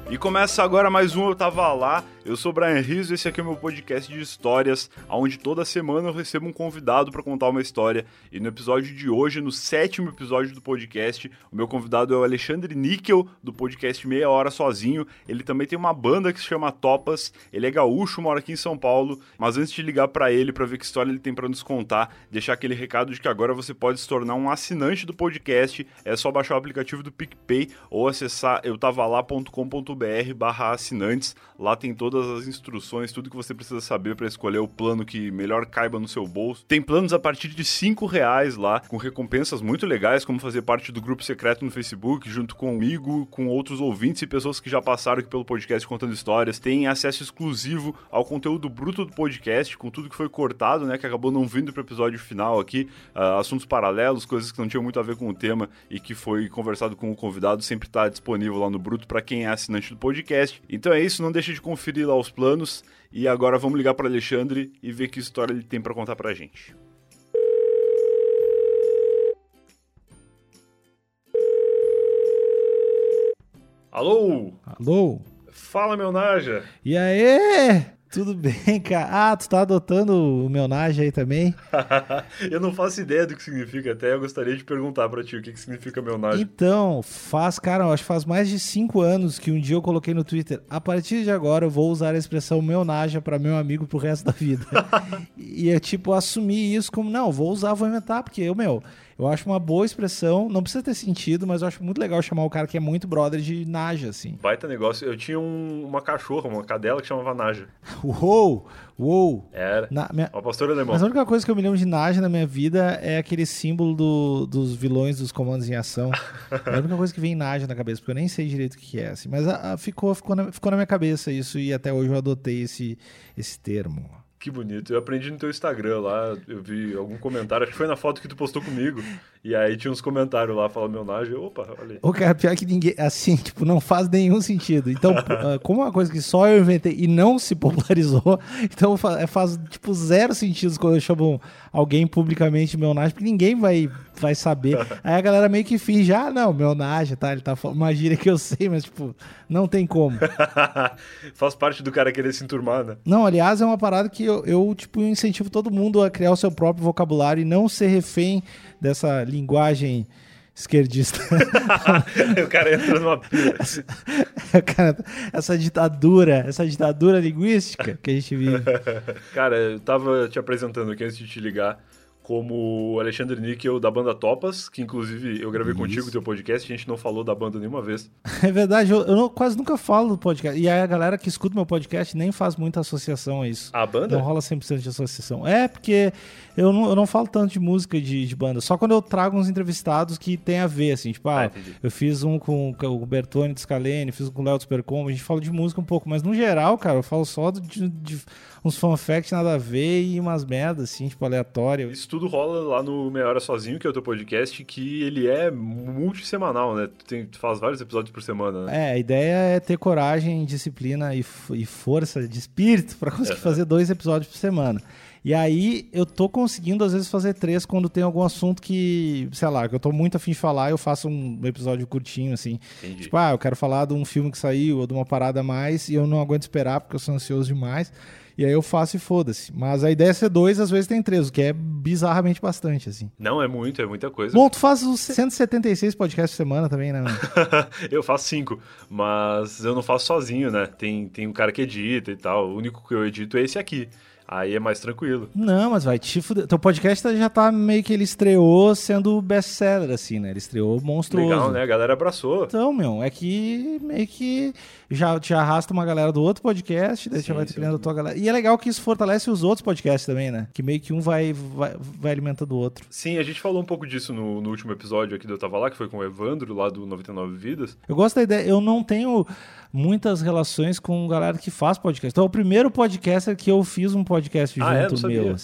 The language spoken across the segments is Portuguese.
E começa agora mais um Eu Tava Lá. Eu sou o Brian Rizzo e esse aqui é o meu podcast de histórias, onde toda semana eu recebo um convidado para contar uma história. E no episódio de hoje, no 7º episódio do podcast, o meu convidado é o Alexandre Níquel, do podcast Meia Hora Sozinho. Ele também tem uma banda que se chama Topas. Ele é gaúcho, mora aqui em São Paulo. Mas antes de ligar para ele para ver que história ele tem para nos contar, deixar aquele recado de que agora você pode se tornar um assinante do podcast. É só baixar o aplicativo do PicPay ou acessar eutavalá.com.br/assinantes. Lá tem todas as instruções, tudo que você precisa saber para escolher o plano que melhor caiba no seu bolso. Tem planos a partir de R$5 lá, com recompensas muito legais, como fazer parte do grupo secreto no Facebook, junto comigo, com outros ouvintes e pessoas que já passaram aqui pelo podcast contando histórias. Tem acesso exclusivo ao conteúdo bruto do podcast, com tudo que foi cortado, né, que acabou não vindo para o episódio final aqui, assuntos paralelos, coisas que não tinham muito a ver com o tema e que foi conversado com o convidado, sempre está disponível lá no bruto para quem é assinante do podcast. Então é isso, não deixe de conferir lá os planos. E agora vamos ligar para Alexandre e ver que história ele tem para contar pra gente. Alô? Alô? Fala, meu Naja. E aí? Tudo bem, cara? Ah, tu tá adotando o meu Naja aí também? Eu não faço ideia do que significa, até eu gostaria de perguntar pra ti o que significa meu Naja. Então, cara, eu acho que faz mais de 5 anos que um dia eu coloquei no Twitter, a partir de agora eu vou usar a expressão meu Naja pra meu amigo pro resto da vida. E eu, assumi isso como, não, vou inventar, porque eu acho uma boa expressão, não precisa ter sentido, mas eu acho muito legal chamar o cara que é muito brother de Naja, assim. Baita negócio. Eu tinha uma cachorra, uma cadela que chamava Naja. Uou! Era. Uma pastora alemã. Mas a única coisa que eu me lembro de Naja na minha vida é aquele símbolo dos vilões dos comandos em ação. É a única coisa que vem Naja na cabeça, porque eu nem sei direito o que é, assim. Mas ficou na minha cabeça isso, e até hoje eu adotei esse termo. Que bonito. Eu aprendi no teu Instagram lá, eu vi algum comentário, acho que foi na foto que tu postou comigo, e aí tinha uns comentários lá, falando meu Naja, opa, olha aí. O cara, pior que ninguém, assim, não faz nenhum sentido. Então, como é uma coisa que só eu inventei e não se popularizou, então faz, zero sentido quando eu chamo alguém publicamente meu Naja, porque ninguém vai saber. Aí a galera meio que finge, não, meu Naja, tá? Ele tá falando uma gíria que eu sei, mas, não tem como. Faz parte do cara querer se enturmar, né? Não, aliás, é uma parada que eu incentivo todo mundo a criar o seu próprio vocabulário e não ser refém dessa linguagem esquerdista. O cara entra numa pira. Essa ditadura linguística que a gente vive. Cara, eu tava te apresentando aqui antes de te ligar como o Alexandre Níquel da banda Topas, que inclusive eu gravei contigo o teu podcast, a gente não falou da banda nenhuma vez. É verdade, quase nunca falo do podcast. E a galera que escuta meu podcast nem faz muita associação a isso. A banda? Não rola 100% de associação. É, porque eu não falo tanto de música de banda, só quando eu trago uns entrevistados que tem a ver, assim, eu fiz um com o Bertone de Scalene, fiz um com o Léo do Supercombo, a gente fala de música um pouco, mas no geral, cara, eu falo só de uns fun facts nada a ver e umas merdas, assim, aleatórias. Isso tudo rola lá no Meia Hora Sozinho, que é o teu podcast, que ele é multissemanal, né? Tu faz vários episódios por semana, né? A ideia é ter coragem, disciplina e força de espírito pra conseguir fazer 2 episódios por semana. E aí eu tô conseguindo, às vezes, fazer 3 quando tem algum assunto que, sei lá, que eu tô muito afim de falar, eu faço um episódio curtinho, assim. Entendi. Eu quero falar de um filme que saiu ou de uma parada a mais e eu não aguento esperar porque eu sou ansioso demais. E aí eu faço e foda-se. Mas a ideia é ser 2, às vezes tem 3, o que é bizarramente bastante, assim. Não, é muita coisa. Bom, tu faz os 176 podcasts por semana também, né? Eu faço 5, mas eu não faço sozinho, né? Tem um cara que edita e tal. O único que eu edito é esse aqui. Aí é mais tranquilo. Não, mas vai te fuder. Teu podcast já tá meio que ele estreou sendo best-seller, assim, né? Ele estreou monstruoso. Legal, né? A galera abraçou. Então, é que meio que já te arrasta uma galera do outro podcast, daí já vai criando a tua galera. E é legal que isso fortalece os outros podcasts também, né? Que meio que um vai alimentando o outro. Sim, a gente falou um pouco disso no último episódio aqui do Eu Tava Lá, que foi com o Evandro, lá do 99 Vidas. Eu gosto da ideia. Eu não tenho muitas relações com galera que faz podcast. Então, é o primeiro podcaster que eu fiz um podcast junto meu. Assim.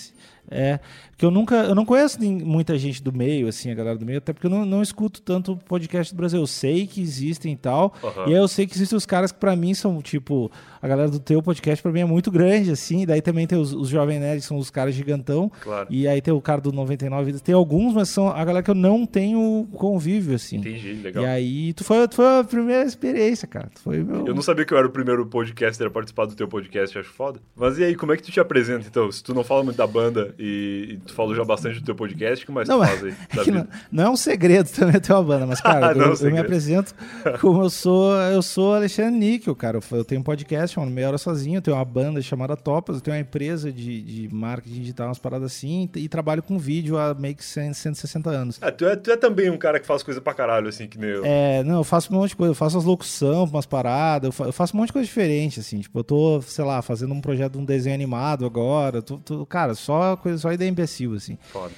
Que eu não conheço muita gente do meio, assim, a galera do meio, até porque eu não escuto tanto podcast do Brasil. Eu sei que existem e tal, e aí eu sei que existem os caras que pra mim são, tipo, a galera do teu podcast pra mim é muito grande, assim, e daí também tem os Jovem Nerd, que são os caras gigantão, e aí tem o cara do 99 Vidas, tem alguns, mas são a galera que eu não tenho convívio, assim. Entendi, legal. E aí, tu foi a primeira experiência, cara. Eu não sabia que eu era o primeiro podcaster a participar do teu podcast, acho foda. Mas e aí, como é que tu te apresenta, então? Se tu não fala muito da banda e tu falou já bastante do teu podcast, o que mais tu faz aí? Não é um segredo também ter uma banda, mas, cara, eu me apresento como eu sou Alexandre Níquel, cara. Eu tenho um podcast chamado Meia Hora Sozinho, eu tenho uma banda chamada Topas, eu tenho uma empresa de marketing digital, umas paradas assim, e trabalho com vídeo há meio que 160 anos. Tu é também um cara que faz coisa pra caralho, assim, que nem eu. Eu faço um monte de coisa, eu faço as locução, umas paradas, eu faço um monte de coisa diferente, assim, tipo, eu tô, sei lá, fazendo um projeto de um desenho animado agora, cara, só ideia imbecil, assim. Foda.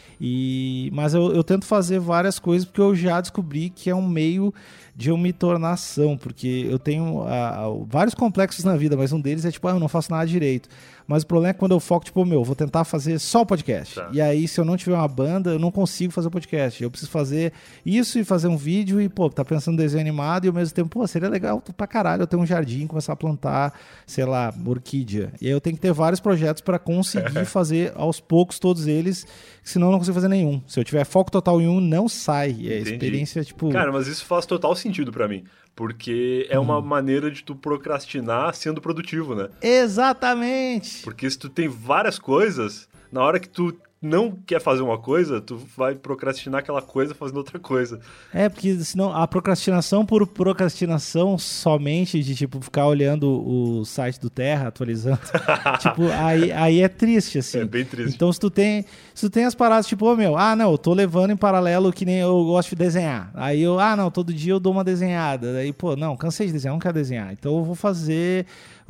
Mas eu tento fazer várias coisas porque eu já descobri que é um meio de eu me tornar ação, porque eu tenho vários complexos na vida, mas um deles é tipo, eu não faço nada direito. Mas o problema é quando eu foco, tipo, vou tentar fazer só o podcast. Tá. E aí, se eu não tiver uma banda, eu não consigo fazer o podcast. Eu preciso fazer isso e fazer um vídeo e, tá pensando em desenho animado e ao mesmo tempo, seria legal pra caralho eu ter um jardim, começar a plantar, sei lá, orquídea. E aí eu tenho que ter vários projetos pra conseguir fazer aos poucos todos eles, senão eu não consigo fazer nenhum. Se eu tiver foco total em um, não sai. E a experiência, tipo... Cara, mas isso faz total sentido pra mim. Porque é uma maneira de tu procrastinar sendo produtivo, né? Exatamente! Porque se tu tem várias coisas, na hora que tu não quer fazer uma coisa, tu vai procrastinar aquela coisa fazendo outra coisa. Porque senão a procrastinação por procrastinação somente de, tipo, ficar olhando o site do Terra, atualizando, tipo, aí é triste, assim. É bem triste. Então, se tu tem as paradas, tipo, eu tô levando em paralelo que nem eu gosto de desenhar. Aí todo dia eu dou uma desenhada. Aí, cansei de desenhar, não quero desenhar. Então, eu vou fazer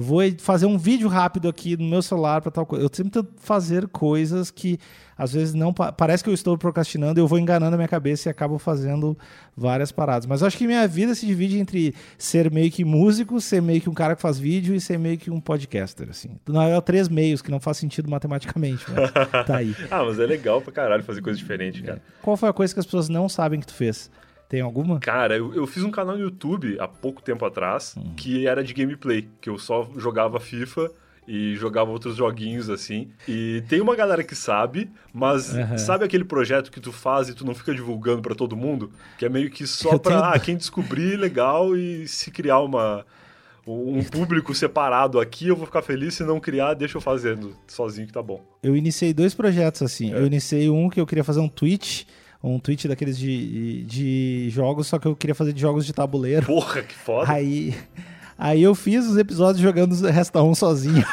um vídeo rápido aqui no meu celular para tal coisa. Eu sempre tento fazer coisas que às vezes não parece que eu estou procrastinando, eu vou enganando a minha cabeça e acabo fazendo várias paradas. Mas eu acho que minha vida se divide entre ser meio que músico, ser meio que um cara que faz vídeo e ser meio que um podcaster, assim. Não, é 3 meios que não faz sentido matematicamente, mas tá aí. Mas é legal pra caralho fazer coisa diferente, cara. Qual foi a coisa que as pessoas não sabem que tu fez? Tem alguma? Cara, eu fiz um canal no YouTube há pouco tempo atrás que era de gameplay, que eu só jogava FIFA e jogava outros joguinhos assim. E tem uma galera que sabe, mas sabe aquele projeto que tu faz e tu não fica divulgando pra todo mundo? Que é meio que só pra quem descobrir, legal, e se criar um público separado aqui, eu vou ficar feliz. Se não criar, deixa eu fazendo sozinho que tá bom. Eu iniciei 2 projetos assim. Eu iniciei um que eu queria fazer um Twitch daqueles de jogos, só que eu queria fazer de jogos de tabuleiro. Porra, que foda! Aí eu fiz os episódios jogando Resta 1 sozinho.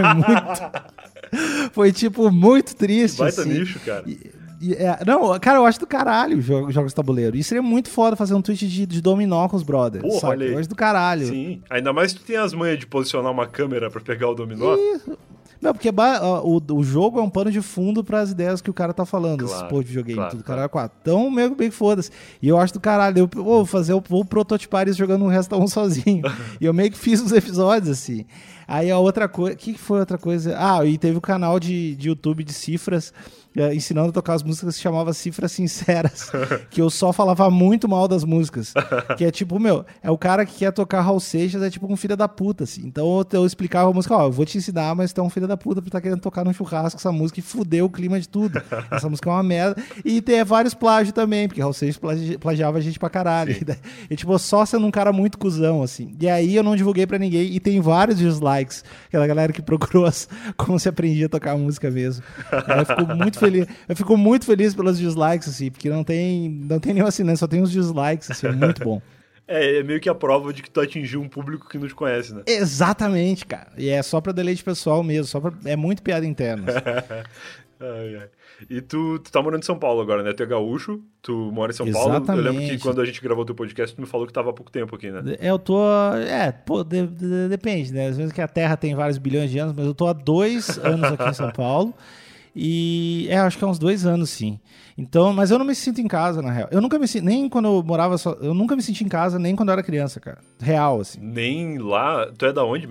Foi tipo, muito triste. Baita assim. nicho, cara. Não, cara, eu acho do caralho jogos de tabuleiro. E seria muito foda fazer um tweet de dominó com os brothers. Porra, olha aí. Eu acho do caralho. Sim, ainda mais se tu tem as manhas de posicionar uma câmera pra pegar o dominó. Não, porque o jogo é um pano de fundo pras ideias que o cara tá falando. Claro, esse de videogame, tudo caralho 4. Então, meio que foda-se. E eu acho do caralho. Eu vou prototipar isso jogando o resto um sozinho. E eu meio que fiz uns episódios, assim. Aí a outra coisa... O que foi outra coisa? E teve o canal de YouTube de cifras, ensinando a tocar as músicas que se chamava Cifras Sinceras. Que eu só falava muito mal das músicas. Que é tipo, é o cara que quer tocar Raul Seixas, é tipo um filho da puta, assim. Então eu explicava a música, eu vou te ensinar, mas tu é um filho da puta por estar querendo tocar no churrasco essa música e fudeu o clima de tudo. Essa música é uma merda. E tem vários plágios também, porque Raul Seixas plagiava a gente pra caralho. E tipo, só sendo um cara muito cuzão, assim. E aí eu não divulguei pra ninguém, e tem vários dislikes. Aquela galera que procurou como se aprendia a tocar a música mesmo. Aí eu fico muito feliz pelos dislikes, assim, porque não tem nenhum assinante, só tem uns dislikes, assim, é muito bom. É meio que a prova de que tu atingiu um público que não te conhece, né? Exatamente, cara. E é só pra deleite pessoal mesmo, é muito piada interna. Ai. E tu tá morando em São Paulo agora, né? Tu é gaúcho, tu mora em São Exatamente. Paulo. Eu lembro que quando a gente gravou o teu podcast, tu me falou que tava há pouco tempo aqui, né? Eu tô... depende, né? Às vezes que a Terra tem vários bilhões de anos, mas eu tô há 2 anos aqui em São Paulo. E acho que há uns 2 anos, sim. Então, mas eu não me sinto em casa, na real. Eu nunca me sinto, nem quando eu morava eu nunca me senti em casa, nem quando eu era criança, cara. Real, assim. Nem lá? Tu é da onde mesmo?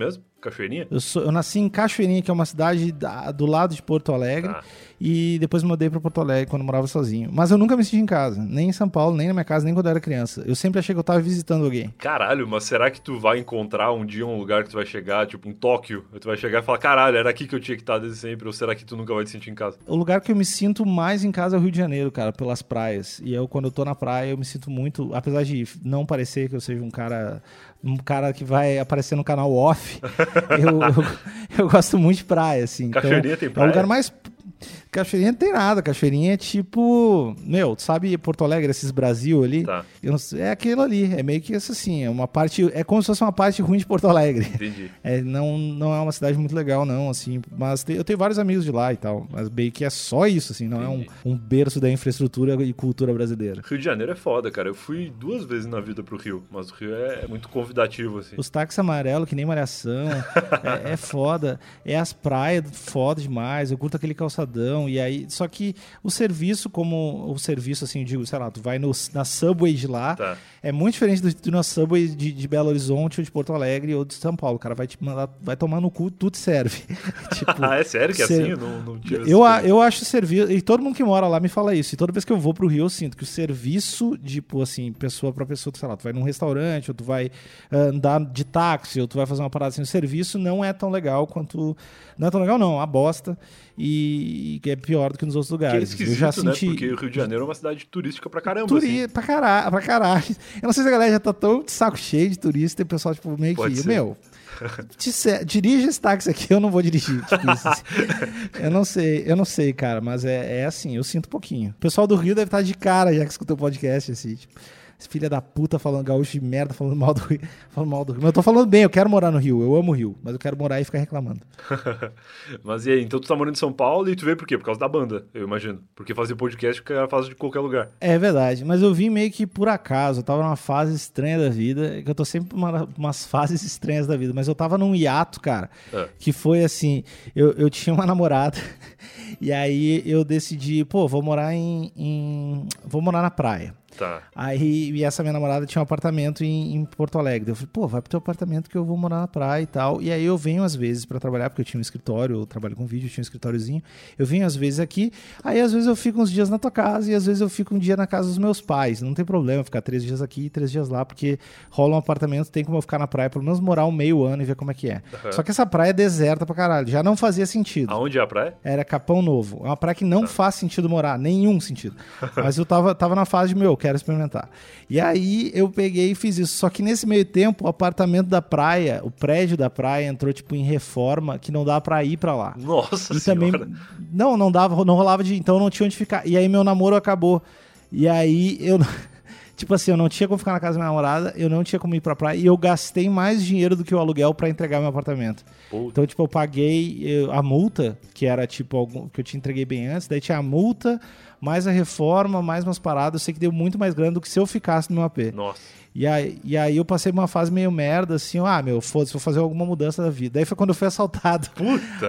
Cachoeirinha? Eu nasci em Cachoeirinha, que é uma cidade do lado de Porto Alegre. Tá. E depois me mudei pra Porto Alegre quando eu morava sozinho. Mas eu nunca me senti em casa. Nem em São Paulo, nem na minha casa, nem quando eu era criança. Eu sempre achei que eu tava visitando alguém. Caralho, mas será que tu vai encontrar um dia um lugar que tu vai chegar, tipo em Tóquio, e tu vai chegar e falar, caralho, era aqui que eu tinha que estar desde sempre, ou será que tu nunca vai te sentir em casa? O lugar que eu me sinto mais em casa é o Rio de Janeiro, cara, pelas praias. E quando eu tô na praia, eu me sinto muito... Apesar de não parecer que eu seja um cara que vai aparecer no canal off, eu gosto muito de praia, assim. Cachoeirinha então, tem praia? É o lugar mais... Cachoeirinha não tem nada. Cachoeirinha é tipo... Meu, sabe Porto Alegre, esses Brasil ali? Tá. Eu não sei, é aquilo ali. É meio que isso assim. É uma parte... É como se fosse uma parte ruim de Porto Alegre. Entendi. Não é uma cidade muito legal, não, assim. Mas eu tenho vários amigos de lá e tal. Mas meio que é só isso, assim. Não Entendi. é um berço da infraestrutura e cultura brasileira. Rio de Janeiro é foda, cara. Eu fui 2 vezes na vida pro Rio, mas o Rio é muito convidativo, assim. Os táxis amarelos, que nem Malhação, é foda. É as praias, foda demais. Eu curto aquele calçadão. E aí, só que o serviço, assim, eu digo, sei lá, tu vai na Subway de lá, Tá. é muito diferente do na Subway de Belo Horizonte, ou de Porto Alegre, ou de São Paulo. O cara vai te mandar, vai tomar no cu, tudo serve. Tipo, É sério que é assim? Eu não tive essa eu acho o serviço, e todo mundo que mora lá me fala isso, e toda vez que eu vou pro Rio eu sinto que o serviço, tipo assim, pessoa pra pessoa, sei lá, tu vai num restaurante, ou tu vai andar de táxi, ou tu vai fazer uma parada assim, o serviço não é tão legal quanto... Não é tão legal não, a bosta, e é pior do que nos outros Que é lugares. esquisito, Eu já né? senti... Porque o Rio de Janeiro é uma cidade turística pra caramba, assim. Pra caralho. Eu não sei se a galera já tá tão de saco cheio de turista e o pessoal, tipo, meio Pode que... ser. Meu, dirige esse táxi aqui, eu não vou dirigir. Tipo isso, assim. Eu não sei, cara, mas é assim, eu sinto um pouquinho. O pessoal do Rio deve estar de cara já que escutou o podcast, assim, tipo... Esse filho da puta falando gaúcho de merda, falando mal do Rio. Mas eu tô falando bem, eu quero morar no Rio, eu amo o Rio, mas eu quero morar e ficar reclamando. Mas e aí, então tu tá morando em São Paulo e tu veio por quê? Por causa da banda, eu imagino. Porque fazer podcast o cara faz de qualquer lugar. É verdade, mas eu vim meio que por acaso, eu tava numa fase estranha da vida, que eu tô sempre umas fases estranhas da vida, mas eu tava num hiato, cara, que foi assim, eu tinha uma namorada, e aí eu decidi, pô, vou morar vou morar na praia. Tá. Aí, e essa minha namorada tinha um apartamento em Porto Alegre. Eu falei, pô, vai pro teu apartamento que eu vou morar na praia e tal. E aí eu venho às vezes pra trabalhar, porque eu tinha um escritório, eu trabalho com vídeo, eu tinha um escritóriozinho. Eu venho às vezes aqui, aí às vezes eu fico uns dias na tua casa e às vezes eu fico um dia na casa dos meus pais. Não tem problema ficar 3 dias aqui e 3 dias lá, porque rola um apartamento, tem como eu ficar na praia, pelo menos morar um meio ano e ver como é que é. Uhum. Só que essa praia é deserta pra caralho, já não fazia sentido. Aonde é a praia? Era Capão Novo. É uma praia que não faz sentido morar, nenhum sentido. Mas eu tava na fase de, quero experimentar. E aí eu peguei e fiz isso. Só que nesse meio tempo, o apartamento da praia, o prédio da praia entrou tipo em reforma que não dava pra ir pra lá. Nossa e senhora. também não dava, não rolava então não tinha onde ficar. E aí meu namoro acabou. E aí eu tipo assim, eu não tinha como ficar na casa da minha namorada, eu não tinha como ir pra praia e eu gastei mais dinheiro do que o aluguel pra entregar meu apartamento. Puta. Então, tipo, eu paguei a multa, que era tipo que eu te entreguei bem antes, daí tinha a multa, mais a reforma, mais umas paradas, eu sei que deu muito mais grana do que se eu ficasse no meu AP. Nossa. E aí eu passei uma fase meio merda, assim, foda-se, vou fazer alguma mudança da vida. Daí foi quando eu fui assaltado. Puta!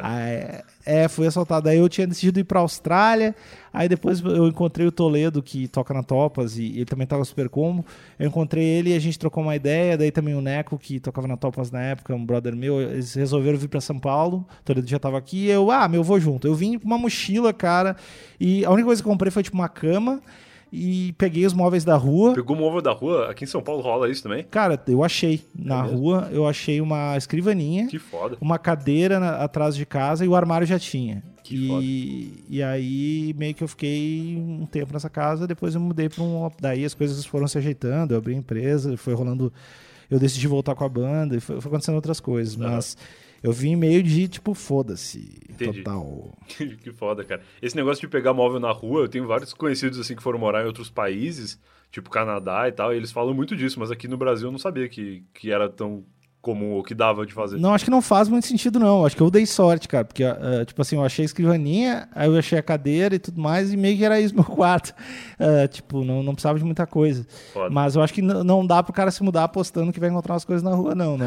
Fui assaltado. Daí eu tinha decidido ir pra Austrália, aí depois eu encontrei o Toledo, que toca na Topas, e ele também tava super combo. Eu encontrei ele e a gente trocou uma ideia, daí também o Neco, que tocava na Topas na época, um brother meu, eles resolveram vir pra São Paulo, o Toledo já tava aqui, e eu vou junto. Eu vim com uma mochila, cara, e a única coisa que eu comprei foi tipo uma cama, e peguei os móveis da rua. Pegou o móvel da rua? Aqui em São Paulo rola isso também? Cara, eu achei na rua, eu achei uma escrivaninha, Que foda. uma cadeira atrás de casa e o armário já tinha. Que E aí meio que eu fiquei um tempo nessa casa, depois eu mudei para daí as coisas foram se ajeitando, eu abri a empresa, foi rolando, eu decidi voltar com a banda e foi acontecendo outras coisas, mas eu vim meio de tipo, foda-se, Entendi. total. Que foda, cara. Esse negócio de pegar móvel na rua, eu tenho vários conhecidos assim que foram morar em outros países, tipo Canadá e tal, e eles falam muito disso, mas aqui no Brasil eu não sabia que era tão comum ou que dava de fazer. Não, acho que não faz muito sentido, não. Acho que eu dei sorte, cara. Porque, tipo assim, eu achei a escrivaninha, aí eu achei a cadeira e tudo mais, e meio que era isso meu quarto. Tipo, não precisava de muita coisa. Foda. Mas eu acho que não dá pro cara se mudar apostando que vai encontrar umas coisas na rua, não.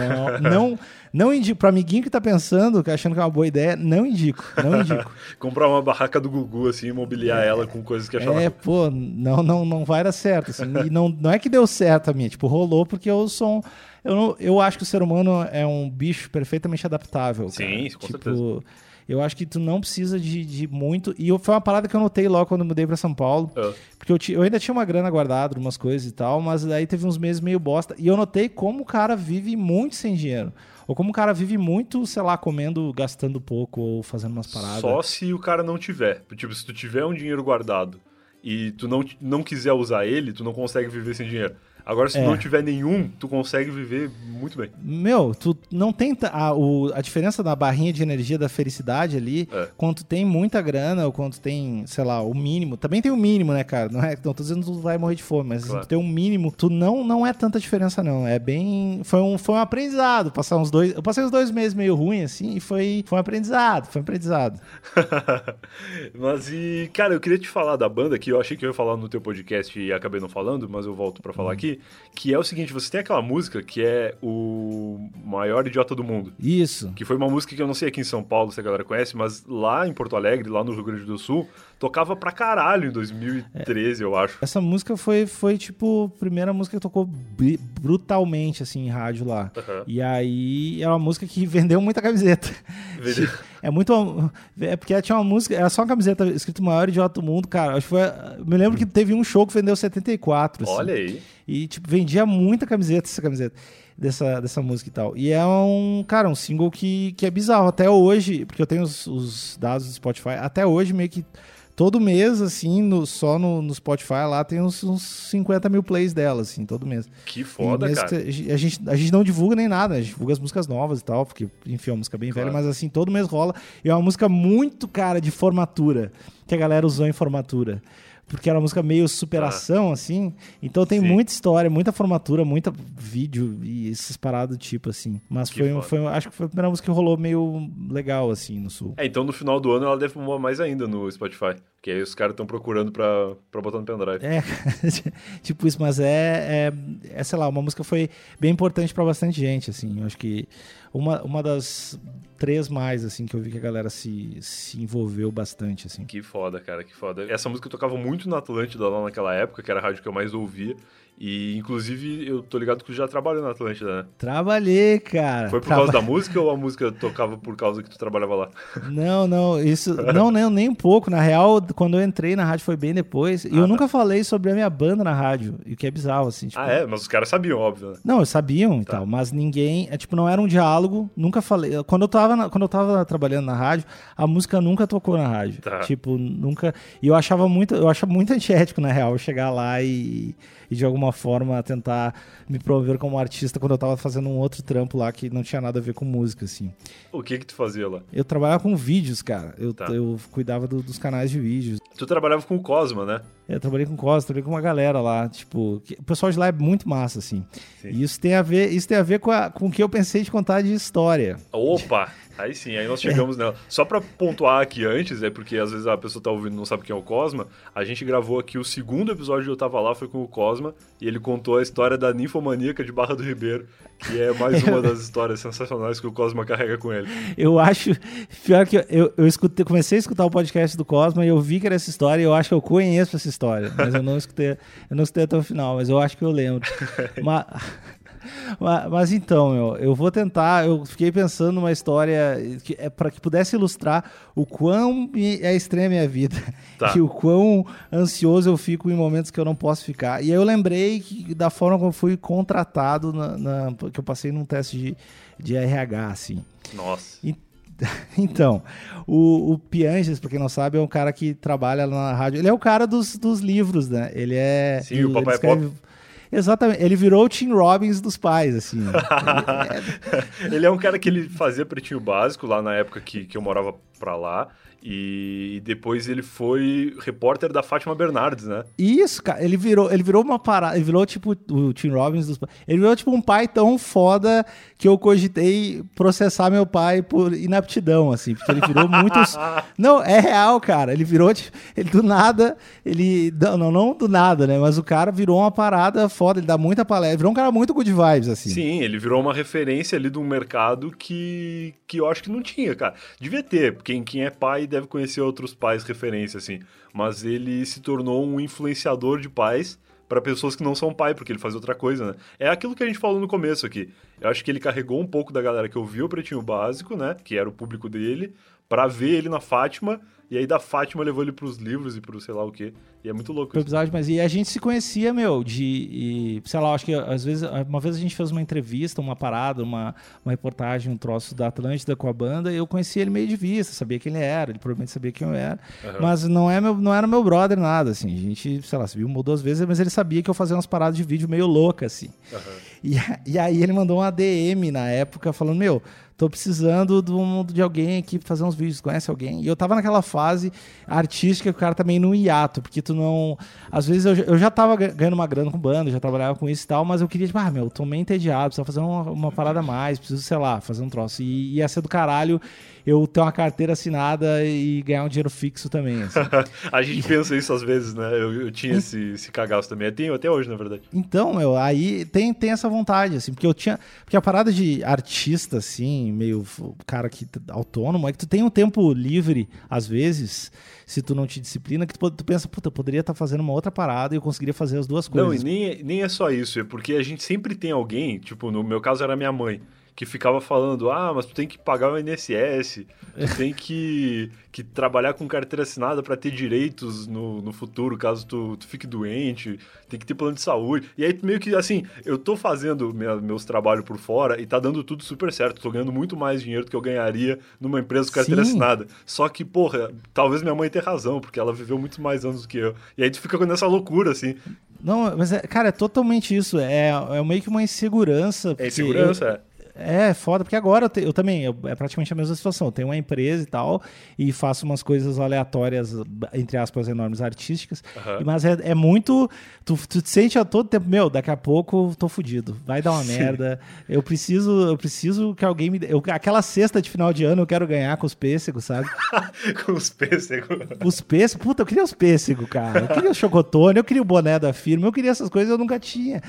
Não indico. Pro amiguinho que tá pensando, achando que é uma boa ideia, não indico. Comprar uma barraca do Gugu, assim, e mobiliar ela com coisas que achava na rua. Pô, não vai dar certo. Assim. E não é que deu certo a minha. Tipo, rolou porque eu sou Eu acho que o ser humano é um bicho perfeitamente adaptável. Sim, cara. com certeza. Eu acho que tu não precisa de muito. E foi uma parada que eu notei logo quando eu mudei pra São Paulo. Porque eu ainda tinha uma grana guardada, umas coisas e tal, mas aí teve uns meses meio bosta. E eu notei como o cara vive muito sem dinheiro. Ou como o cara vive muito, sei lá, comendo, gastando pouco ou fazendo umas paradas. Só se o cara não tiver. Tipo, se tu tiver um dinheiro guardado e tu não quiser usar ele, tu não consegue viver sem dinheiro. Agora, se tu não tiver nenhum, tu consegue viver muito bem. Meu, tu não tem a diferença da barrinha de energia da felicidade ali, quando tu tem muita grana ou quando tu tem, sei lá, o mínimo. Também tem o mínimo, né, cara? Não tô dizendo que tu vai morrer de fome, mas se tu tem um mínimo, tu não é tanta diferença, não. É bem... Foi um aprendizado. Eu passei uns 2 meses meio ruim, assim, e foi um aprendizado. Mas cara, eu queria te falar da banda que eu achei que eu ia falar no teu podcast e acabei não falando, mas eu volto pra falar aqui. Que é o seguinte, você tem aquela música que é o maior idiota do mundo. Isso. Que foi uma música que eu não sei aqui em São Paulo se a galera conhece, mas lá em Porto Alegre, lá no Rio Grande do Sul, tocava pra caralho em 2013, eu acho. Essa música foi tipo, a primeira música que tocou brutalmente, assim, em rádio lá. E aí, era uma música que vendeu muita camiseta. É muito... É porque tinha uma música... Era só uma camiseta escrito maior idiota do mundo, cara. Acho que foi... Me lembro que teve um show que vendeu 74, assim. Olha aí. E, tipo, vendia muita camiseta, essa camiseta dessa música e tal. E é um single que é bizarro. Até hoje, porque eu tenho os dados do Spotify, até hoje meio que todo mês, assim, só no Spotify lá tem uns 50 mil plays dela, assim, todo mês. Que foda, cara. A gente não divulga nem nada, a gente divulga as músicas novas e tal, porque, enfim, é uma música bem velha, mas assim, todo mês rola. E é uma música muito, cara, de formatura, que a galera usou em formatura. Porque era uma música meio superação, assim. Então tem muita história, muita formatura, muita vídeo e essas paradas do tipo, assim. Mas acho que foi a primeira música que rolou meio legal, assim, no Sul. Então no final do ano ela deve bombar mais ainda no Spotify. Porque aí os caras estão procurando pra botar no pendrive. Tipo isso, mas sei lá, uma música foi bem importante pra bastante gente, assim. Eu acho que uma das 3 mais, assim, que eu vi que a galera se envolveu bastante, assim. Que foda, cara, que foda. Essa música eu tocava muito na Atlântida lá naquela época, que era a rádio que eu mais ouvia. E, inclusive, eu tô ligado que tu já trabalhou na Atlântida, né? Trabalhei, cara. Foi por causa da música ou a música tocava por causa que tu trabalhava lá? Não, isso... não, nem um pouco. Na real, quando eu entrei na rádio foi bem depois. E eu nunca falei sobre a minha banda na rádio, o que é bizarro, assim. Tipo... Mas os caras sabiam, óbvio, né? Não, sabiam e tal, mas ninguém... não era um diálogo, nunca falei... Quando eu tava trabalhando na rádio, a música nunca tocou na rádio. Tipo, nunca... E eu achava muito antiético, na real, chegar lá e de alguma forma tentar me promover como artista quando eu tava fazendo um outro trampo lá que não tinha nada a ver com música, assim. O que tu fazia lá? Eu trabalhava com vídeos, cara. Eu cuidava dos canais de vídeos. Tu trabalhava com o Cosma, né? Eu trabalhei com o Cosma, trabalhei com uma galera lá, tipo... O pessoal de lá é muito massa, assim. Sim. E isso tem a ver com o que eu pensei de contar de história. Opa! Aí sim, aí nós chegamos nela. Só pra pontuar aqui antes, porque às vezes a pessoa tá ouvindo e não sabe quem é o Cosma, a gente gravou aqui o 2º episódio que eu tava lá, foi com o Cosma, e ele contou a história da ninfomaníaca de Barra do Ribeiro, que é mais uma das histórias sensacionais que o Cosma carrega com ele. Eu acho... Pior que eu comecei a escutar o podcast do Cosma e eu vi que era essa história e eu acho que eu conheço essa história, mas eu não escutei até o final, mas eu acho que eu lembro. Mas então, eu vou tentar. Eu fiquei pensando numa história para que pudesse ilustrar o quão é estranha a minha vida e o quão ansioso eu fico em momentos que eu não posso ficar. E aí eu lembrei da forma como eu fui contratado, que eu passei num teste de RH, assim. Nossa. Então, o Pianges, pra quem não sabe, é um cara que trabalha na rádio. Ele é o cara dos livros, né? Ele é... Sim, o Papai Pop. Exatamente, ele virou o Tim Robbins dos pais, assim. Ele é um cara que ele fazia Pretinho Básico lá na época que eu morava pra lá. E depois ele foi repórter da Fátima Bernardes, né? Isso, cara. Ele virou uma parada. Ele virou tipo o Tim Robbins dos pais. Ele virou tipo um pai tão foda que eu cogitei processar meu pai por inaptidão, assim. Porque ele virou muitos... Não, é real, cara. Ele virou... Ele do nada... Não do nada, né? Mas o cara virou uma parada foda. Ele dá muita palestra. Ele virou um cara muito good vibes, assim. Sim, ele virou uma referência ali de um mercado que eu acho que não tinha, cara. Devia ter. Quem é pai deve conhecer outros pais referência, assim. Mas ele se tornou um influenciador de pais para pessoas que não são pai, porque ele faz outra coisa, né? É aquilo que a gente falou no começo aqui. Eu acho que ele carregou um pouco da galera que ouvia o Pretinho Básico, né? Que era o público dele, pra ver ele na Fátima, e aí da Fátima levou ele pros livros e pro sei lá o quê. E é muito louco Foi isso. episódio, mas e a gente se conhecia, meu, sei lá, acho que às vezes, uma vez a gente fez uma entrevista, uma parada, uma reportagem, um troço da Atlântida com a banda, e eu conhecia ele meio de vista, sabia quem ele era, ele provavelmente sabia quem eu era, mas não era meu brother nada, assim, a gente, sei lá, se viu uma ou duas vezes, mas ele sabia que eu fazia umas paradas de vídeo meio loucas, assim. E aí ele mandou uma DM na época, falando, meu, tô precisando de alguém aqui pra fazer uns vídeos, conhece alguém? E eu tava naquela fase artística que o cara tá meio no hiato, porque tu não... Às vezes eu já tava ganhando uma grana com banda, já trabalhava com isso e tal, mas eu queria, tipo, meu, tô meio entediado, preciso fazer uma parada a mais, preciso, sei lá, fazer um troço. E ia ser do caralho eu ter uma carteira assinada e ganhar um dinheiro fixo também, assim. A gente pensa isso às vezes, né? Eu tinha esse cagaço também. Eu tenho até hoje, na verdade. Então, meu, aí tem essa vontade, assim, porque a parada de artista, assim, meio cara que autônomo, é que tu tem um tempo livre, às vezes, se tu não te disciplina, que tu pensa, puta, eu poderia estar fazendo uma outra parada e eu conseguiria fazer as duas coisas. Não, e nem é só isso, é porque a gente sempre tem alguém, tipo, no meu caso era minha mãe, que ficava falando, mas tu tem que pagar o INSS, tu tem que trabalhar com carteira assinada para ter direitos no futuro, caso tu fique doente, tem que ter plano de saúde. E aí meio que, assim, eu tô fazendo meus trabalhos por fora e tá dando tudo super certo, tô ganhando muito mais dinheiro do que eu ganharia numa empresa com carteira assinada. Só que, porra, talvez minha mãe tenha razão, porque ela viveu muito mais anos do que eu. E aí tu fica nessa loucura, assim. Não, mas, cara, é totalmente isso, é meio que uma insegurança. É insegurança, É foda, porque agora eu também, é praticamente a mesma situação. Eu tenho uma empresa e tal, e faço umas coisas aleatórias, entre aspas, enormes, artísticas. Mas é muito... Tu te sente a todo tempo, meu, daqui a pouco tô fudido. Vai dar uma merda. Eu preciso que alguém me dê... Aquela cesta de final de ano eu quero ganhar com os pêssegos, sabe? Com os pêssegos. Os pêssegos? Puta, eu queria os pêssegos, cara. Eu queria o chocotone, eu queria o boné da firma, eu queria essas coisas, eu nunca tinha.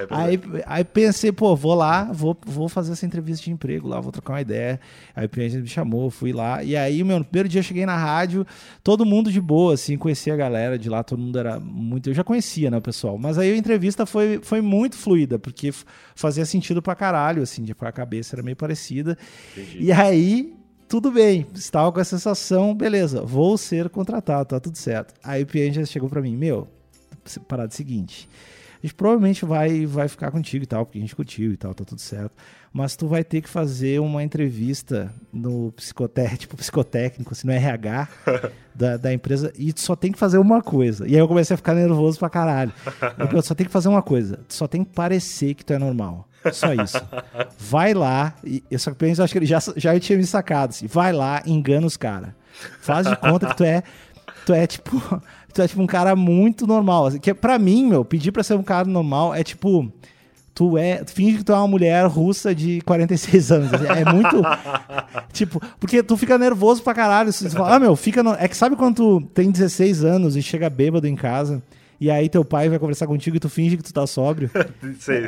Aí pensei, pô, vou lá, vou fazer essa entrevista de emprego lá, vou trocar uma ideia. Aí o gente me chamou, fui lá. E aí, meu, no primeiro dia eu cheguei na rádio, todo mundo de boa, assim, conhecia a galera de lá, todo mundo era muito... Eu já conhecia, né, o pessoal. Mas aí a entrevista foi muito fluida, porque fazia sentido pra caralho, assim, a cabeça era meio parecida. Entendi. E aí, tudo bem, estava com a sensação, beleza, vou ser contratado, tá tudo certo. Aí o PN já chegou pra mim, meu, parada seguinte... A gente provavelmente vai ficar contigo e tal, porque a gente curtiu e tal, tá tudo certo. Mas tu vai ter que fazer uma entrevista no psicotécnico, assim, no RH da empresa, e tu só tem que fazer uma coisa. E aí eu comecei a ficar nervoso pra caralho. Eu só tem que fazer uma coisa, tu só tem que parecer que tu é normal. Só isso. Vai lá, e só que eu acho que ele já tinha me sacado, assim, vai lá, engana os caras. Faz de conta que tu é tipo um cara muito normal. Assim, que pra mim, meu, pedir pra ser um cara normal é tipo... Tu finge que tu é uma mulher russa de 46 anos. Assim, é muito... tipo, porque tu fica nervoso pra caralho. Você fala, é que sabe quando tu tem 16 anos e chega bêbado em casa... E aí teu pai vai conversar contigo e tu finge que tu tá sóbrio. Sei.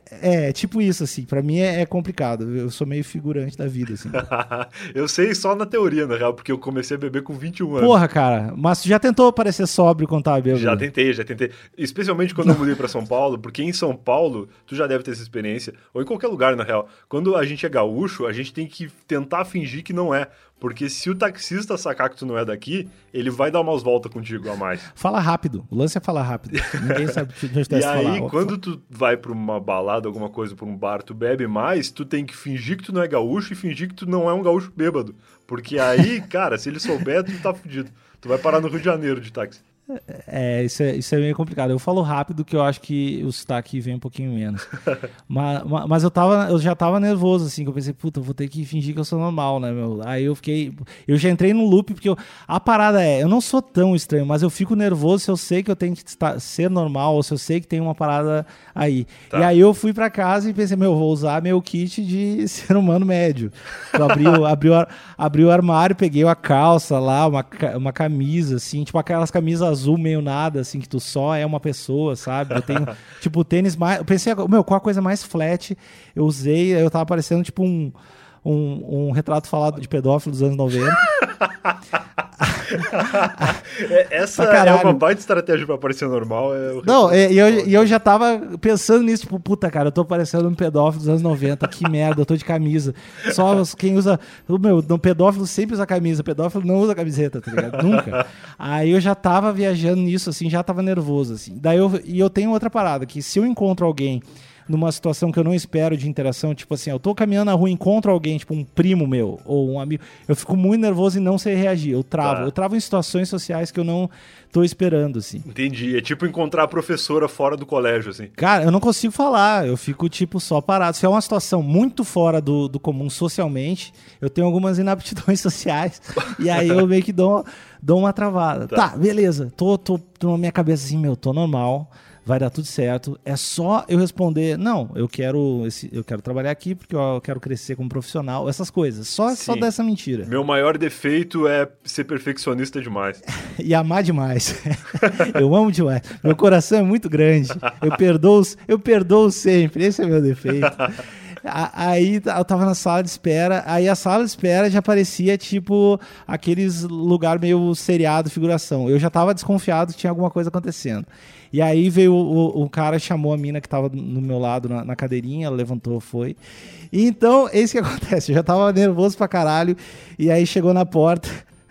É tipo isso, assim. Pra mim é complicado. Eu sou meio figurante da vida, assim. Eu sei só na teoria, na real, porque eu comecei a beber com 21 anos. Porra, cara. Mas tu já tentou parecer sóbrio quando tava bêbado? Já tentei. Especialmente quando eu mudei pra São Paulo, porque em São Paulo, tu já deve ter essa experiência, ou em qualquer lugar, na real. Quando a gente é gaúcho, a gente tem que tentar fingir que não é. Porque se o taxista sacar que tu não é daqui, ele vai dar umas voltas contigo a mais. Fala rápido. O lance é falar rápido. Ninguém sabe onde tu E aí, quando tu vai pra uma balada, alguma coisa, pra um bar, tu bebe mais, tu tem que fingir que tu não é gaúcho e fingir que tu não é um gaúcho bêbado. Porque aí, cara, se ele souber, tu tá fudido. Tu vai parar no Rio de Janeiro de táxi. Isso é meio complicado. Eu falo rápido que eu acho que o sotaque vem um pouquinho menos. mas eu já tava nervoso, assim, que eu pensei, puta, eu vou ter que fingir que eu sou normal, né, meu? Aí eu já entrei no loop, porque a parada eu não sou tão estranho, mas eu fico nervoso se eu sei que eu tenho que ser normal, ou se eu sei que tem uma parada aí. Tá. E aí eu fui pra casa e pensei, vou usar meu kit de ser humano médio. Eu abri o armário, peguei a calça lá, uma camisa, assim, tipo aquelas camisas azul meio nada, assim, que tu só é uma pessoa, sabe? Eu tenho, tipo, tênis mais... Eu pensei, qual a coisa mais flat eu usei? Eu tava parecendo, tipo, um retrato falado de pedófilo dos anos 90. Essa é uma baita estratégia pra parecer normal. Não, e eu já tava pensando nisso, tipo, puta, cara, eu tô parecendo um pedófilo dos anos 90, que merda, eu tô de camisa. Só quem usa... no pedófilo sempre usa camisa, pedófilo não usa camiseta, tá ligado? Nunca. Aí eu já tava viajando nisso, assim, já tava nervoso, assim. Daí eu tenho outra parada, que se eu encontro alguém numa situação que eu não espero de interação, tipo assim, eu tô caminhando na rua e encontro alguém, tipo um primo meu ou um amigo, eu fico muito nervoso e não sei reagir, eu travo. Eu travo em situações sociais que eu não tô esperando, assim. Entendi, é tipo encontrar a professora fora do colégio, assim. Cara, eu não consigo falar, eu fico, tipo, só parado. Se é uma situação muito fora do comum socialmente, eu tenho algumas inaptidões sociais, e aí eu meio que dou uma travada. Tá, beleza, tô na minha cabeça assim, tô normal, vai dar tudo certo. É só eu responder, não, eu quero trabalhar aqui porque eu quero crescer como profissional, essas coisas. Só dessa mentira. Meu maior defeito é ser perfeccionista demais. E amar demais. Eu amo demais. Meu coração é muito grande. Eu perdoo sempre. Esse é meu defeito. Aí eu tava na sala de espera, aí a sala de espera já parecia tipo aqueles lugar meio seriado, figuração. Eu já tava desconfiado que tinha alguma coisa acontecendo. E aí veio o cara, chamou a mina que tava no meu lado na cadeirinha, ela levantou, foi. E então, eis que acontece, eu já tava nervoso pra caralho, e aí chegou na porta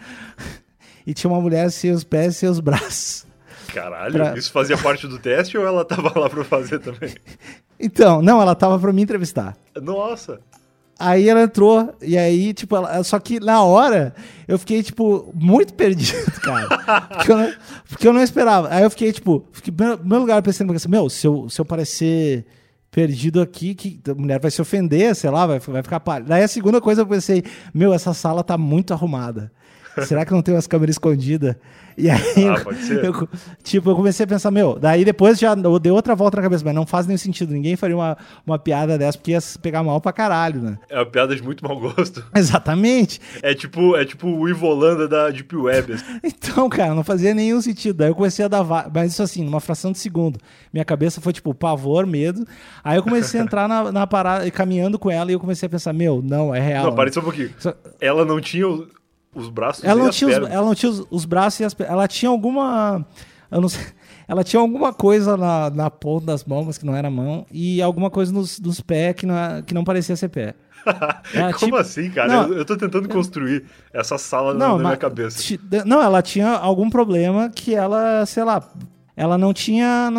e tinha uma mulher sem os pés e sem os braços. Caralho, isso fazia parte do teste ou ela tava lá pra fazer também? Então, não, ela tava pra me entrevistar. Nossa! Aí ela entrou, e aí, tipo, só que na hora, eu fiquei, tipo, muito perdido, cara. Porque eu não esperava. Aí eu fiquei, tipo, no meu lugar pensando, se eu parecer perdido aqui, que a mulher vai se ofender, sei lá, vai ficar pálida. Daí a segunda coisa eu pensei, essa sala tá muito arrumada. Será que não tem umas câmeras escondidas? E aí, pode ser. Eu comecei a pensar, daí depois já deu outra volta na cabeça, mas não faz nenhum sentido, ninguém faria uma piada dessa, porque ia pegar mal pra caralho, né? É uma piada de muito mau gosto. Exatamente. É tipo o Ivo Holanda da Deep Web. Então, cara, não fazia nenhum sentido. Daí eu comecei a dar, mas isso assim, numa fração de segundo. Minha cabeça foi tipo pavor, medo. Aí eu comecei a entrar na parada, caminhando com ela, e eu comecei a pensar, não, é real. Não, para só um pouquinho. Ela não tinha os braços ela e não as tinha pernas. Ela não tinha os braços e as pernas. Ela tinha alguma... Eu não sei... Ela tinha alguma coisa na ponta das mãos, mas que não era mão, e alguma coisa nos pés que não parecia ser pé. Como assim, cara? Não, eu tô tentando construir essa sala na minha cabeça. Não, ela tinha algum problema que ela, sei lá... Ela não tinha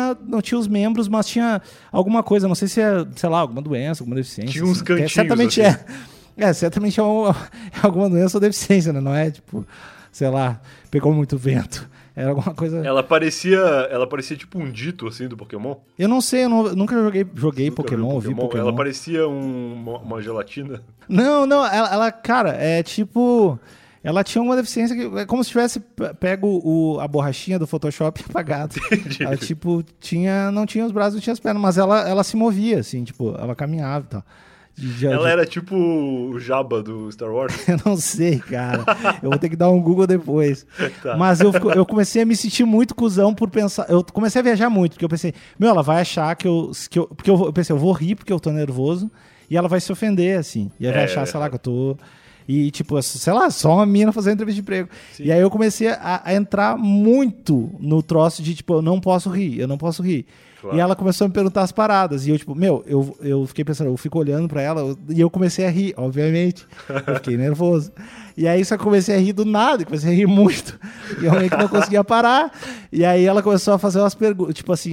os membros, mas tinha alguma coisa, não sei se é, sei lá, alguma doença, alguma deficiência. Tinha uns cantinhos, certamente assim. Certamente é alguma doença ou deficiência, né? Não é, tipo, sei lá, pegou muito vento. Era alguma coisa... Ela parecia tipo um dito, assim, do Pokémon? Eu não sei, nunca joguei Pokémon, ouvi Pokémon. Ela parecia uma gelatina? Não, ela, cara, é tipo... Ela tinha uma deficiência que é como se tivesse pego a borrachinha do Photoshop e apagado. Entendi. Ela, tipo, não tinha os braços, não tinha as pernas, mas ela se movia, assim, tipo, ela caminhava e tal. Ela era tipo o Jabba do Star Wars? Eu não sei, cara. Eu vou ter que dar um Google depois. Tá. Mas eu comecei a me sentir muito cuzão por pensar... Eu comecei a viajar muito, porque eu pensei... ela vai achar que eu... Porque eu pensei, eu vou rir porque eu tô nervoso, e ela vai se ofender, assim. E ela vai achar, sei lá, que eu tô... E, tipo, sei lá, só uma mina fazendo entrevista de emprego. Sim. E aí eu comecei a entrar muito no troço de, tipo, eu não posso rir. Claro. E ela começou a me perguntar as paradas. E eu, tipo, eu fiquei pensando, eu fico olhando pra ela e eu comecei a rir, obviamente. Eu fiquei nervoso. E aí só comecei a rir do nada, comecei a rir muito. E eu meio que não conseguia parar. E aí ela começou a fazer umas perguntas, tipo assim,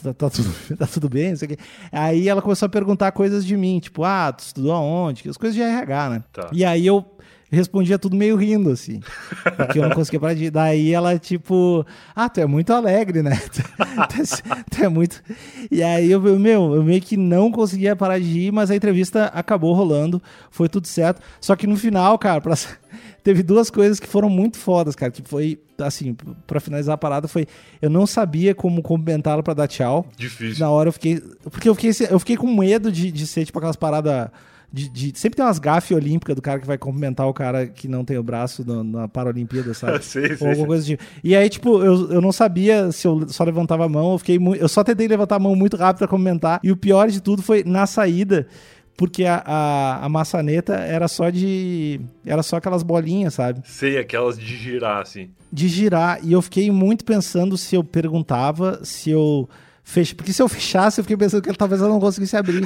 tá tudo bem, não sei o quê. Aí ela começou a perguntar coisas de mim, tipo, tu estudou aonde? As coisas de RH, né? Tá. E aí eu respondia tudo meio rindo, assim. Porque eu não conseguia parar de rir. Daí ela, tipo, tu é muito alegre, né? Tu é muito... E aí eu meio que não conseguia parar de rir, mas a entrevista acabou rolando, foi tudo certo. Só que no final, cara, teve duas coisas que foram muito fodas, cara, que foi, assim, pra finalizar a parada, eu não sabia como cumprimentá-la pra dar tchau. Difícil. Na hora eu fiquei com medo de ser, tipo, aquelas paradas... sempre tem umas gafes olímpicas do cara que vai cumprimentar o cara que não tem o braço na Paralimpíada, sabe? Ou alguma coisa tipo. E aí, tipo, eu não sabia se eu só levantava a mão, eu só tentei levantar a mão muito rápido pra cumprimentar. E o pior de tudo foi, na saída, porque a maçaneta era só aquelas bolinhas, sabe? Sei, aquelas de girar, assim. De girar. E eu fiquei muito pensando se eu perguntava, se eu... Porque se eu fechasse, eu fiquei pensando que talvez ela não conseguisse abrir.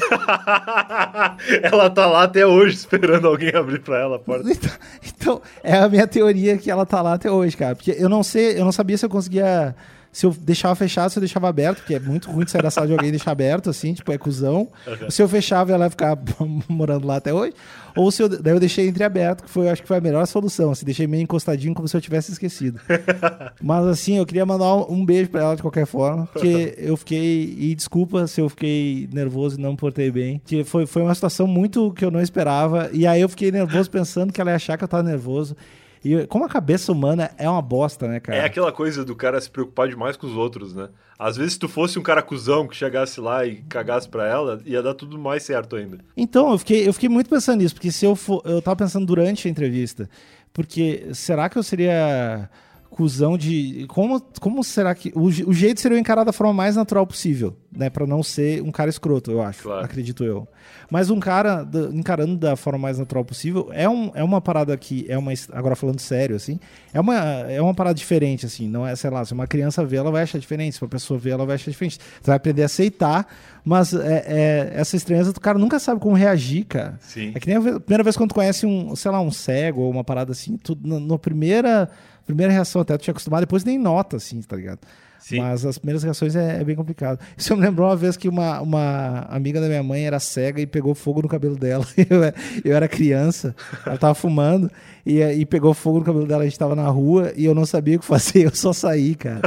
Ela tá lá até hoje esperando alguém abrir pra ela a porta. Então, é a minha teoria que ela tá lá até hoje, cara. Porque eu não sabia se eu conseguia... Se eu deixava fechado, se eu deixava aberto, porque é muito ruim de sair da sala de alguém e deixar aberto, assim, tipo, é cuzão. Uhum. Se eu fechava, ela ia ficar morando lá até hoje. Ou se daí eu deixei entreaberto, que acho que foi a melhor solução, assim, deixei meio encostadinho, como se eu tivesse esquecido. Mas, assim, eu queria mandar um beijo pra ela de qualquer forma, porque eu fiquei... E desculpa se eu fiquei nervoso e não me portei bem, que foi uma situação muito que eu não esperava, e aí eu fiquei nervoso pensando que ela ia achar que eu tava nervoso. E como a cabeça humana é uma bosta, né, cara? É aquela coisa do cara se preocupar demais com os outros, né? Às vezes, se tu fosse um cara cuzão que chegasse lá e cagasse pra ela, ia dar tudo mais certo ainda. Então, eu fiquei muito pensando nisso, porque se eu tava pensando durante a entrevista, porque será que eu seria cuzão de... Como será que... O jeito seria eu encarar da forma mais natural possível, né? Pra não ser um cara escroto, eu acho. Claro. Acredito eu. Mas um cara encarando da forma mais natural possível é uma parada que... Agora falando sério, assim, é uma parada diferente, assim. Não é, sei lá, se uma criança vê, ela vai achar diferente. Se uma pessoa vê, ela vai achar diferente. Você vai aprender a aceitar, mas essa estranheza, o cara nunca sabe como reagir, cara. Sim. É que nem a primeira vez quando tu conhece um cego ou uma parada assim, tu, na primeira reação até tu tinha acostumado, depois nem nota, assim, tá ligado? Sim. Mas as primeiras reações é bem complicado. Isso me lembrou uma vez que uma amiga da minha mãe era cega e pegou fogo no cabelo dela. Eu era criança, ela tava fumando e pegou fogo no cabelo dela. A gente tava na rua e eu não sabia o que fazer, eu só saí, cara.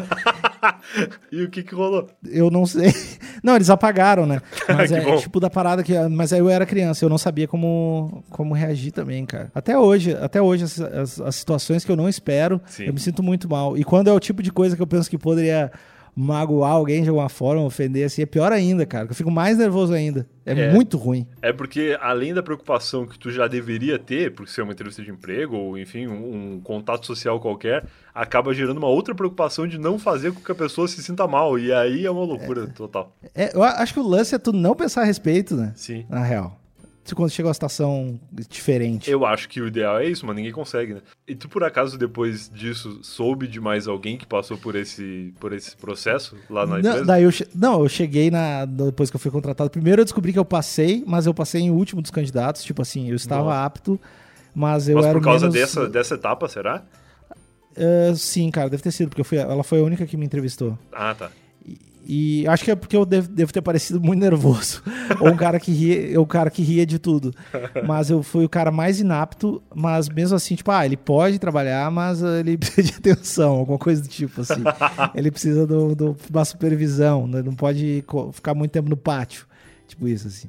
E o que rolou? Eu não sei. Não, eles apagaram, né? Mas é tipo da parada que... Mas aí eu era criança, eu não sabia como reagir também, cara. Até hoje as situações que eu não espero, Sim. Eu me sinto muito mal. E quando é o tipo de coisa que eu penso que poderia magoar alguém de alguma forma, ofender, assim, é pior ainda, cara. Eu fico mais nervoso ainda. É muito ruim. É porque, além da preocupação que tu já deveria ter, por ser uma entrevista de emprego, ou enfim, um contato social qualquer, acaba gerando uma outra preocupação de não fazer com que a pessoa se sinta mal. E aí é uma loucura total. Eu acho que o lance é tu não pensar a respeito, né? Sim. Na real. Quando chega uma situação diferente. Eu acho que o ideal é isso, mas ninguém consegue, né? E tu, por acaso, depois disso, soube de mais alguém que passou por esse processo lá na empresa? Eu cheguei depois que eu fui contratado. Primeiro eu descobri que eu passei, mas eu passei em último dos candidatos. Tipo assim, eu estava apto, mas eu era por causa dessa etapa, será? Sim, cara, deve ter sido, porque ela foi a única que me entrevistou. Ah, tá. E acho que é porque eu devo ter parecido muito nervoso. Ou um cara que ria de tudo. Mas eu fui o cara mais inapto, mas mesmo assim, tipo, ele pode trabalhar, mas ele precisa de atenção, alguma coisa do tipo, assim. Ele precisa de uma supervisão, né? Não pode ficar muito tempo no pátio. Tipo isso, assim.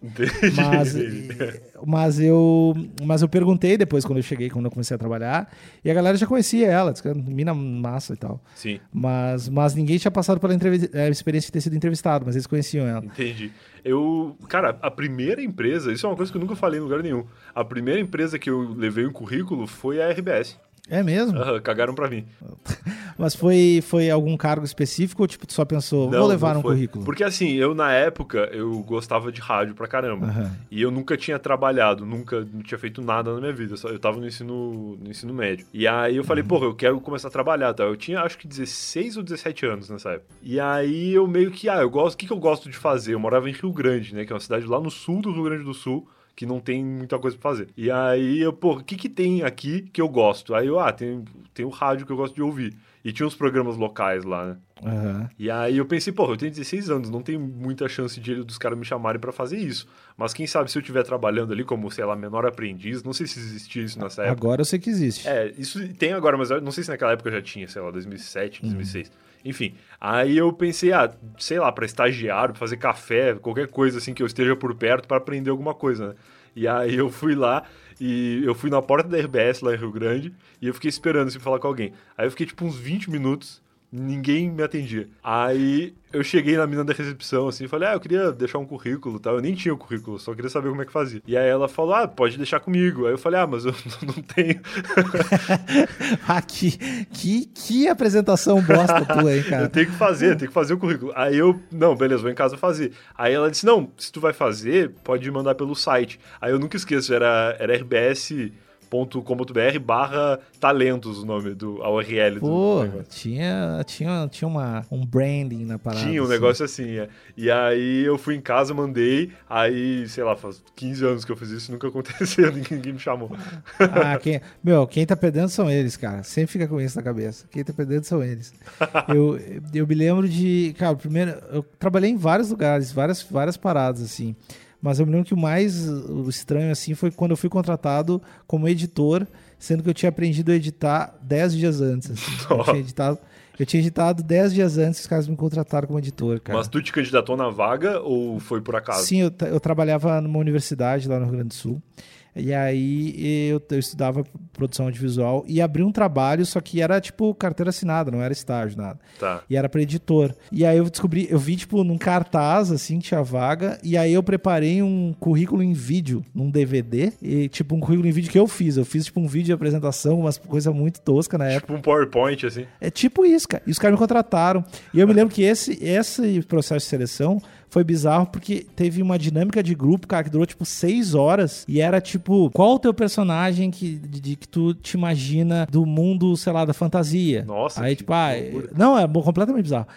Mas eu perguntei depois, quando eu comecei a trabalhar, e a galera já conhecia ela, disse que era mina massa e tal. Sim. Mas ninguém tinha passado pela experiência de ter sido entrevistado, mas eles conheciam ela. Entendi. Cara, a primeira empresa, isso é uma coisa que eu nunca falei em lugar nenhum, a primeira empresa que eu levei um currículo foi a RBS. É mesmo? Cagaram pra mim. Mas foi algum cargo específico ou tipo, tu só pensou, vou levar um currículo? Porque assim, eu na época, eu gostava de rádio pra caramba. Uhum. E eu nunca tinha trabalhado, não tinha feito nada na minha vida. Eu tava no ensino médio. E aí eu falei, porra, eu quero começar a trabalhar, tá? Eu tinha acho que 16 ou 17 anos nessa época. E aí eu meio que, o que eu gosto de fazer? Eu morava em Rio Grande, né? Que é uma cidade lá no sul do Rio Grande do Sul, que não tem muita coisa pra fazer. E aí eu, o que tem aqui que eu gosto? Aí eu, tem o rádio que eu gosto de ouvir. E tinha uns programas locais lá, né? Uhum. E aí eu pensei, eu tenho 16 anos, não tem muita chance dos caras me chamarem pra fazer isso. Mas quem sabe se eu estiver trabalhando ali como, sei lá, menor aprendiz, não sei se existia isso nessa época. Agora eu sei que existe. Isso tem agora, mas eu não sei se naquela época já tinha, sei lá, 2007, 2006. Enfim, aí eu pensei, sei lá, pra estagiário, pra fazer café, qualquer coisa assim que eu esteja por perto pra aprender alguma coisa, né? E aí eu fui lá e eu fui na porta da RBS lá em Rio Grande e eu fiquei esperando assim falar com alguém. Aí eu fiquei tipo uns 20 minutos Ninguém me atendia. Aí eu cheguei na mina da recepção, assim, falei, eu queria deixar um currículo e tal. Eu nem tinha o currículo, só queria saber como é que fazia. E aí ela falou, pode deixar comigo. Aí eu falei, mas eu não tenho. Que apresentação bosta tua, hein, cara? Eu tenho que fazer o currículo. Aí eu, não, beleza, vou em casa fazer. Aí ela disse, não, se tu vai fazer, pode mandar pelo site. Aí eu nunca esqueço, era rbs.com.br/talentos o nome a URL do negócio. Tinha um branding na parada. Tinha um negócio assim, E aí eu fui em casa, mandei, aí, sei lá, faz 15 anos que eu fiz isso, nunca aconteceu, ninguém me chamou. Quem tá perdendo são eles, cara. Sempre fica com isso na cabeça. Quem tá perdendo são eles. Eu me lembro cara, primeiro, eu trabalhei em vários lugares, várias paradas, assim. Mas eu me lembro que o estranho, assim, foi quando eu fui contratado como editor, sendo que eu tinha aprendido a editar 10 dias antes. Assim. Eu tinha editado 10 dias antes, os caras me contrataram como editor, cara. Mas tu te candidatou na vaga ou foi por acaso? Sim, eu trabalhava numa universidade lá no Rio Grande do Sul. E aí eu estudava produção audiovisual e abri um trabalho, só que era tipo carteira assinada, não era estágio, nada. Tá. E era pra editor. E aí eu vi tipo num cartaz, assim, que tinha vaga, e aí eu preparei um currículo em vídeo, num DVD, e tipo um currículo em vídeo que eu fiz. Eu fiz tipo um vídeo de apresentação, umas coisa muito tosca na época. Tipo um PowerPoint, assim. É tipo isso, cara. E os caras me contrataram. E eu me lembro que esse processo de seleção foi bizarro porque teve uma dinâmica de grupo, cara, que durou tipo 6 horas e era tipo, qual o teu personagem que tu te imagina do mundo, sei lá, da fantasia? Nossa, aí tipo, não, é completamente bizarro.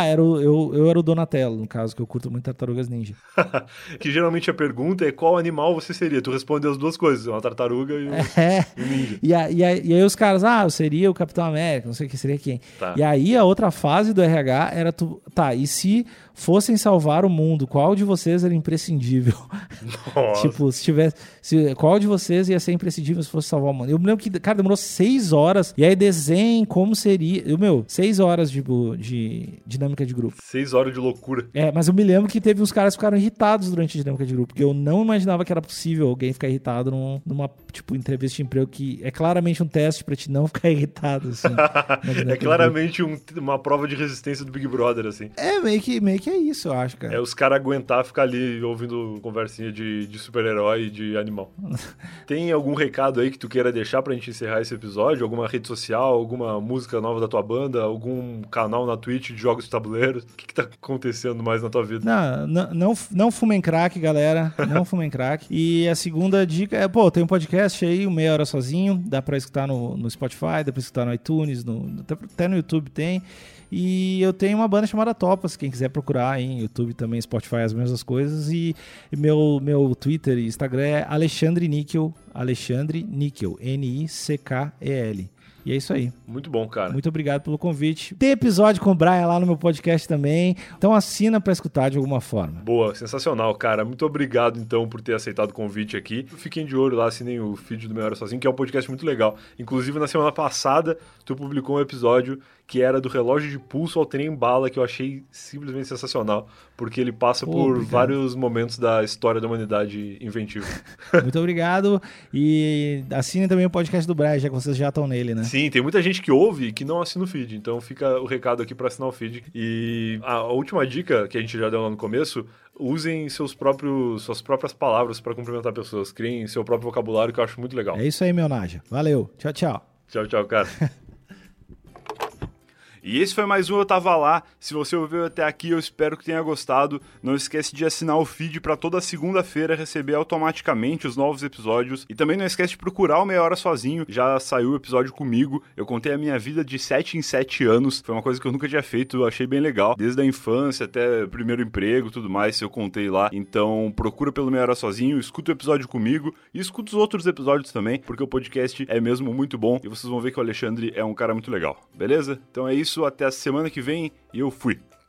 Eu era o Donatello, no caso, que eu curto muito Tartarugas Ninja. Que geralmente a pergunta é qual animal você seria. Tu respondeu as duas coisas, uma tartaruga e um ninja. E aí os caras, eu seria o Capitão América, não sei o que, seria quem. Tá. E aí a outra fase do RH era e se fossem salvar o mundo, qual de vocês era imprescindível? Nossa. Tipo, qual de vocês ia ser imprescindível se fosse salvar o mundo? Eu me lembro que, cara, demorou 6 horas, e aí desenho como seria, 6 horas de dinâmica de grupo. 6 horas de loucura. Mas eu me lembro que teve uns caras que ficaram irritados durante a dinâmica de grupo, porque eu não imaginava que era possível alguém ficar irritado numa, tipo, entrevista de emprego que é claramente um teste pra te não ficar irritado, assim. É claramente uma prova de resistência do Big Brother, assim. Meio que é isso, eu acho, cara. É os caras aguentar ficar ali ouvindo conversinha de super-herói e de animal. Tem algum recado aí que tu queira deixar pra gente encerrar esse episódio? Alguma rede social, alguma música nova da tua banda, algum canal na Twitch de jogos de tabuleiros? O que tá acontecendo mais na tua vida? Não fumem crack, galera. Não fumem crack. E a segunda dica é, tem um podcast aí, 1/2 hora sozinho. Dá pra escutar no Spotify, dá pra escutar no iTunes, até no YouTube tem. E eu tenho uma banda chamada Topas, quem quiser procurar em YouTube também, Spotify, as mesmas coisas. E meu Twitter e Instagram é Alexandre Níquel, Nickel, E é isso aí. Muito bom, cara. Muito obrigado pelo convite. Tem episódio com o Brian lá no meu podcast também. Então assina pra escutar de alguma forma. Boa, sensacional, cara. Muito obrigado, então, por ter aceitado o convite aqui. Fiquem de olho lá, assinem o feed do 1/2 Hora Sozinho, que é um podcast muito legal. Inclusive, na semana passada, tu publicou um episódio que era do relógio de pulso ao trem bala, que eu achei simplesmente sensacional, porque ele passa por vários momentos da história da humanidade inventiva. Muito obrigado. E assinem também o podcast do Brian, já que vocês já estão nele, né? Sim, tem muita gente que ouve e que não assina o feed, então fica o recado aqui para assinar o feed. E a última dica que a gente já deu lá no começo, usem suas próprias palavras para cumprimentar pessoas, criem seu próprio vocabulário, que eu acho muito legal. É isso aí, meu Naja. Valeu. Tchau, tchau. Tchau, tchau, cara. E esse foi mais um Eu Tava Lá. Se você ouviu até aqui, eu espero que tenha gostado. Não esquece de assinar o feed para toda segunda-feira receber automaticamente os novos episódios. E também não esquece de procurar o 1/2 Hora Sozinho. Já saiu o episódio comigo. Eu contei a minha vida de 7 em 7 anos. Foi uma coisa que eu nunca tinha feito, eu achei bem legal. Desde a infância até o primeiro emprego, tudo mais, eu contei lá. Então procura pelo 1/2 Hora Sozinho, escuta o episódio comigo e escuta os outros episódios também, porque o podcast é mesmo muito bom. E vocês vão ver que o Alexandre é um cara muito legal. Beleza? Então é isso. Até a semana que vem e eu fui.